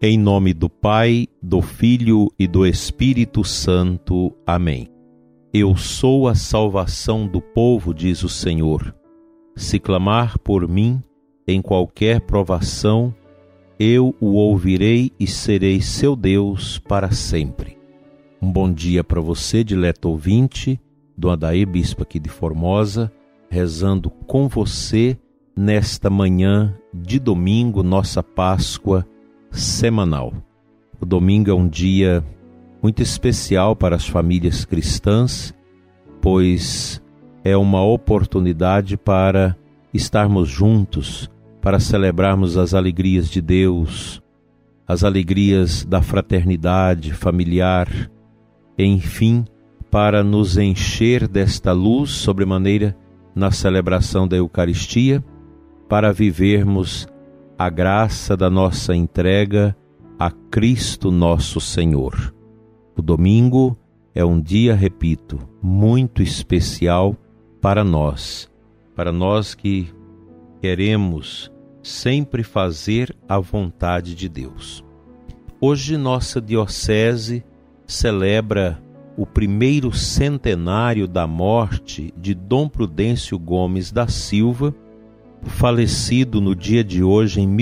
Em nome do Pai, do Filho e do Espírito Santo. Amém. Eu sou a salvação do povo, diz o Senhor. Se clamar por mim em qualquer provação, eu o ouvirei e serei seu Deus para sempre. Um bom dia para você, dileto ouvinte, Dom Adair, bispo aqui de Formosa, rezando com você nesta manhã de domingo, nossa Páscoa semanal. O domingo é um dia muito especial para as famílias cristãs, pois é uma oportunidade para estarmos juntos, para celebrarmos as alegrias de Deus, as alegrias da fraternidade familiar, enfim, para nos encher desta luz sobremaneira na celebração da Eucaristia, para vivermos a graça da nossa entrega a Cristo nosso Senhor. O domingo é um dia, repito, muito especial para nós que queremos sempre fazer a vontade de Deus. Hoje nossa diocese celebra o primeiro centenário da morte de Dom Prudêncio Gomes da Silva, falecido no dia de hoje, em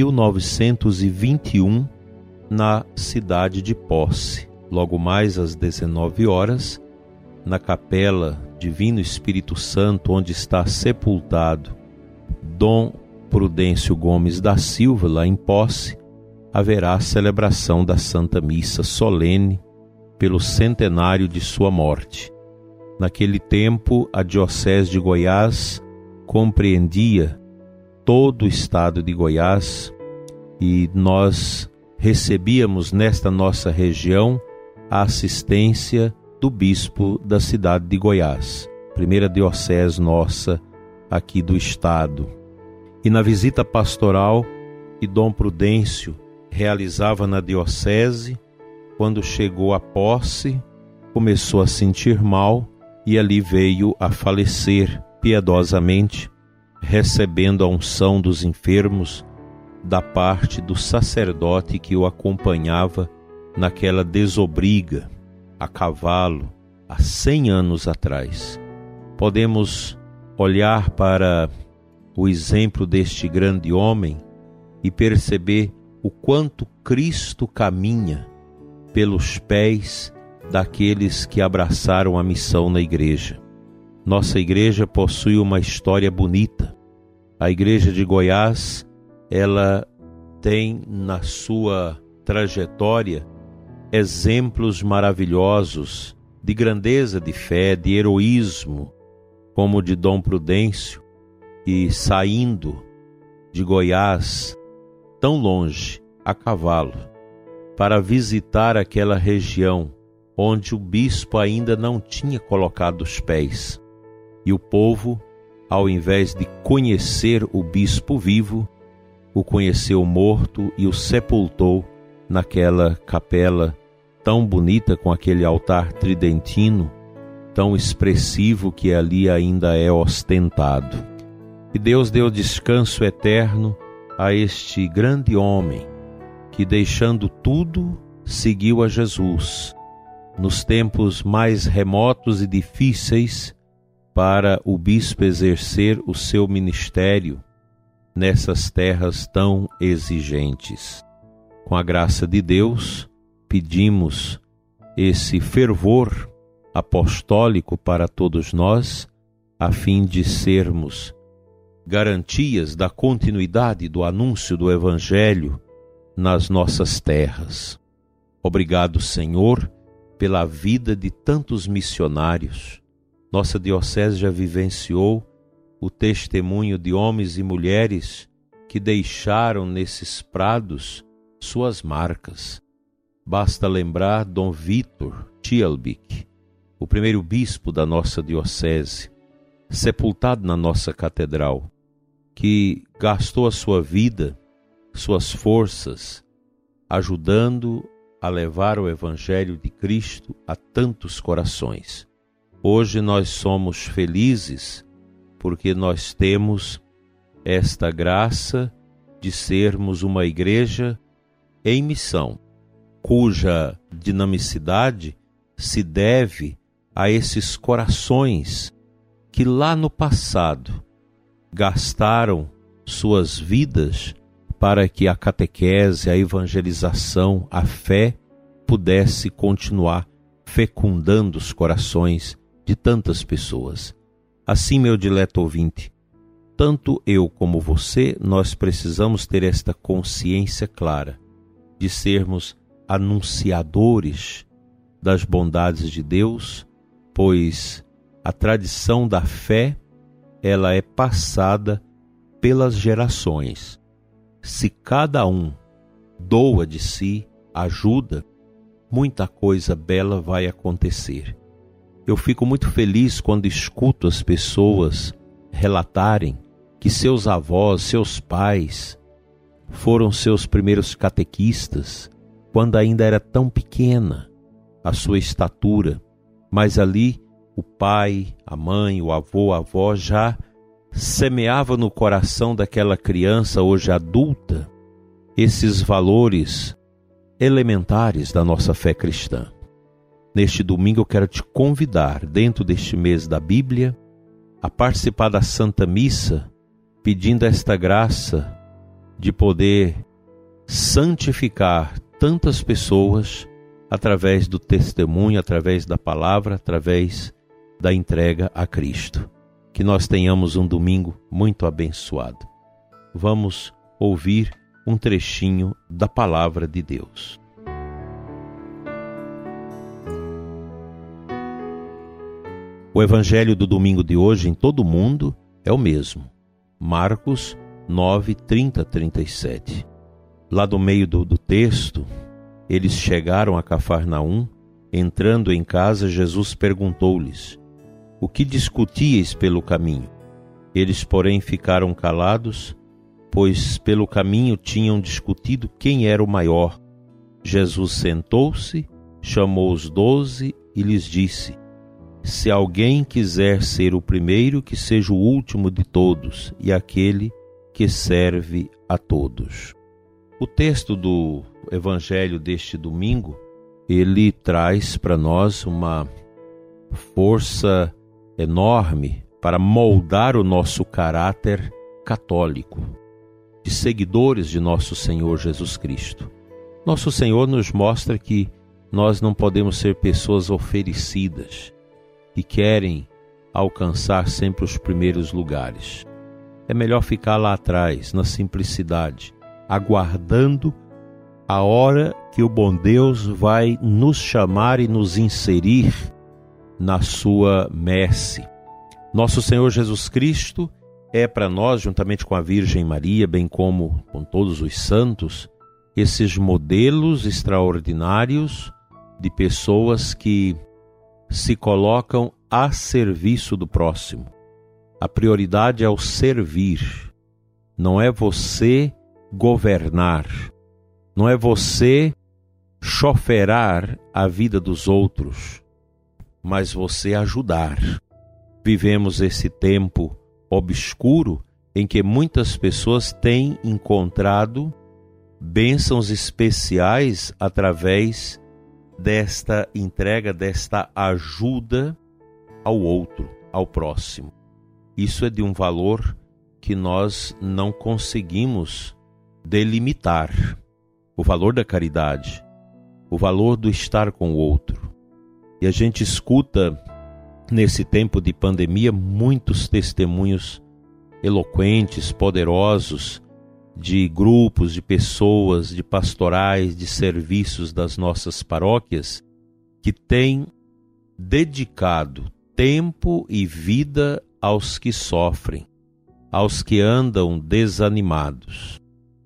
1921, na cidade de Posse. Logo mais às 19 horas, na Capela Divino Espírito Santo, onde está sepultado Dom Prudêncio Gomes da Silva, lá em Posse, haverá a celebração da Santa Missa solene pelo centenário de sua morte. Naquele tempo, a Diocese de Goiás compreendia todo o estado de Goiás e nós recebíamos nesta nossa região a assistência do bispo da cidade de Goiás, primeira diocese nossa aqui do estado. E na visita pastoral que Dom Prudêncio realizava na diocese, quando chegou à Posse, começou a sentir mal e ali veio a falecer piedosamente, recebendo a unção dos enfermos da parte do sacerdote que o acompanhava naquela desobriga a cavalo há 100 anos atrás. Podemos olhar para o exemplo deste grande homem e perceber o quanto Cristo caminha pelos pés daqueles que abraçaram a missão na igreja. Nossa igreja possui uma história bonita. A igreja de Goiás, ela tem na sua trajetória exemplos maravilhosos de grandeza de fé, de heroísmo, como o de Dom Prudêncio, que saindo de Goiás tão longe, a cavalo, para visitar aquela região onde o bispo ainda não tinha colocado os pés. E o povo, ao invés de conhecer o bispo vivo, o conheceu morto e o sepultou naquela capela tão bonita, com aquele altar tridentino, tão expressivo que ali ainda é ostentado. E Deus deu descanso eterno a este grande homem que, deixando tudo, seguiu a Jesus nos tempos mais remotos e difíceis para o bispo exercer o seu ministério nessas terras tão exigentes. Com a graça de Deus, pedimos esse fervor apostólico para todos nós, a fim de sermos garantias da continuidade do anúncio do Evangelho nas nossas terras. Obrigado, Senhor, pela vida de tantos missionários. Nossa diocese já vivenciou o testemunho de homens e mulheres que deixaram nesses prados suas marcas. Basta lembrar Dom Vitor Tielbich, o primeiro bispo da nossa diocese, sepultado na nossa catedral, que gastou a sua vida, suas forças, ajudando a levar o Evangelho de Cristo a tantos corações. Hoje nós somos felizes porque nós temos esta graça de sermos uma igreja em missão, cuja dinamicidade se deve a esses corações que lá no passado gastaram suas vidas para que a catequese, a evangelização, a fé pudesse continuar fecundando os corações de tantas pessoas. Assim, meu dileto ouvinte, tanto eu como você, nós precisamos ter esta consciência clara de sermos anunciadores das bondades de Deus, pois a tradição da fé, ela é passada pelas gerações. Se cada um doa de si, ajuda, muita coisa bela vai acontecer. Eu fico muito feliz quando escuto as pessoas relatarem que seus avós, seus pais, foram seus primeiros catequistas, quando ainda era tão pequena a sua estatura, mas ali o pai, a mãe, o avô, a avó já semeava no coração daquela criança, hoje adulta, esses valores elementares da nossa fé cristã. Neste domingo eu quero te convidar, dentro deste mês da Bíblia, a participar da Santa Missa, pedindo esta graça de poder santificar tantas pessoas através do testemunho, através da palavra, através da entrega a Cristo. Que nós tenhamos um domingo muito abençoado. Vamos ouvir um trechinho da palavra de Deus. O evangelho do domingo de hoje em todo o mundo é o mesmo. Marcos 9, 30 a 37. Lá do meio do texto, eles chegaram a Cafarnaum. Entrando em casa, Jesus perguntou-lhes: o que discutíeis pelo caminho? Eles, porém, ficaram calados, pois pelo caminho tinham discutido quem era o maior. Jesus sentou-se, chamou os 12 e lhes disse: se alguém quiser ser o primeiro, que seja o último de todos e aquele que serve a todos. O texto do evangelho deste domingo, ele traz para nós uma força enorme para moldar o nosso caráter católico, de seguidores de nosso Senhor Jesus Cristo. Nosso Senhor nos mostra que nós não podemos ser pessoas oferecidas, que querem alcançar sempre os primeiros lugares. É melhor ficar lá atrás, na simplicidade, aguardando a hora que o bom Deus vai nos chamar e nos inserir na sua messe. Nosso Senhor Jesus Cristo é para nós, juntamente com a Virgem Maria, bem como com todos os santos, esses modelos extraordinários de pessoas que se colocam a serviço do próximo. A prioridade é o servir. Não é você governar. Não é você choferar a vida dos outros, mas você ajudar. Vivemos esse tempo obscuro em que muitas pessoas têm encontrado bênçãos especiais através desta entrega, desta ajuda ao outro, ao próximo. Isso é de um valor que nós não conseguimos delimitar. O valor da caridade, o valor do estar com o outro. E a gente escuta, nesse tempo de pandemia, muitos testemunhos eloquentes, poderosos, de grupos, de pessoas, de pastorais, de serviços das nossas paróquias, que têm dedicado tempo e vida aos que sofrem, aos que andam desanimados.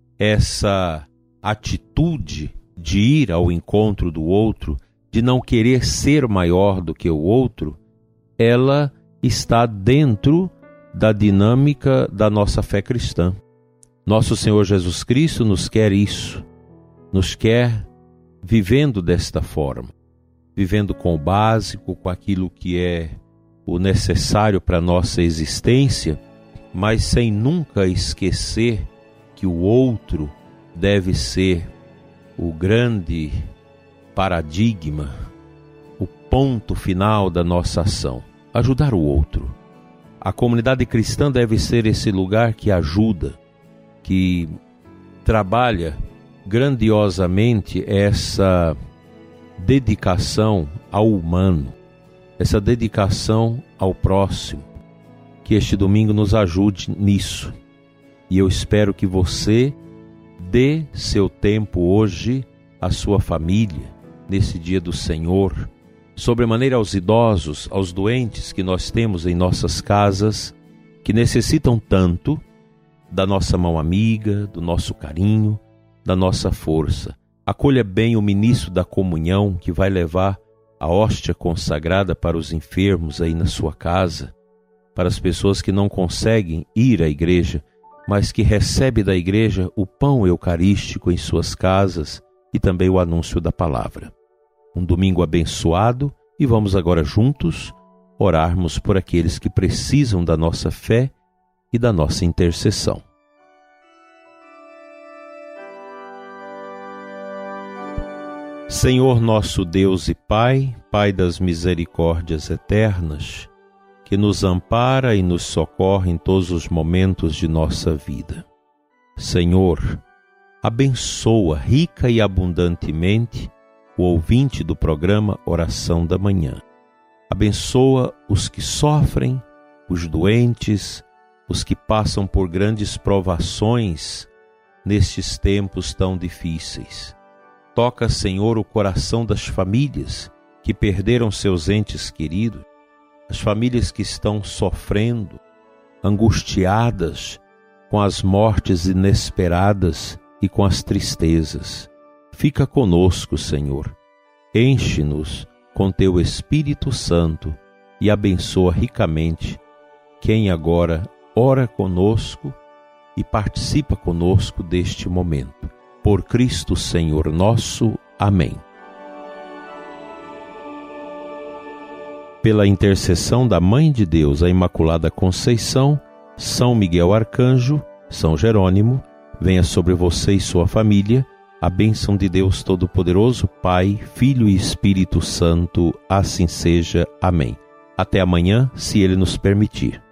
Essa atitude de ir ao encontro do outro, de não querer ser maior do que o outro, ela está dentro da dinâmica da nossa fé cristã. Nosso Senhor Jesus Cristo nos quer isso, nos quer vivendo desta forma, vivendo com o básico, com aquilo que é o necessário para a nossa existência, mas sem nunca esquecer que o outro deve ser o grande paradigma, o ponto final da nossa ação: ajudar o outro. A comunidade cristã deve ser esse lugar que ajuda, que trabalha grandiosamente essa dedicação ao humano, essa dedicação ao próximo. Que este domingo nos ajude nisso. E eu espero que você dê seu tempo hoje à sua família, nesse dia do Senhor, sobremaneira aos idosos, aos doentes que nós temos em nossas casas, que necessitam tanto da nossa mão amiga, do nosso carinho, da nossa força. Acolha bem o ministro da comunhão que vai levar a hóstia consagrada para os enfermos aí na sua casa, para as pessoas que não conseguem ir à igreja, mas que recebem da igreja o pão eucarístico em suas casas e também o anúncio da palavra. Um domingo abençoado, e vamos agora juntos orarmos por aqueles que precisam da nossa fé e da nossa intercessão. Senhor nosso Deus e Pai, Pai das misericórdias eternas, que nos ampara e nos socorre em todos os momentos de nossa vida. Senhor, abençoa rica e abundantemente o ouvinte do programa Oração da Manhã. Abençoa os que sofrem, os doentes, os que passam por grandes provações nestes tempos tão difíceis. Toca, Senhor, o coração das famílias que perderam seus entes queridos, as famílias que estão sofrendo, angustiadas com as mortes inesperadas e com as tristezas. Fica conosco, Senhor. Enche-nos com Teu Espírito Santo e abençoa ricamente quem agora ora conosco e participa conosco deste momento. Por Cristo Senhor nosso. Amém. Pela intercessão da Mãe de Deus, a Imaculada Conceição, São Miguel Arcanjo, São Jerônimo, venha sobre você e sua família a bênção de Deus Todo-Poderoso, Pai, Filho e Espírito Santo, assim seja. Amém. Até amanhã, se Ele nos permitir.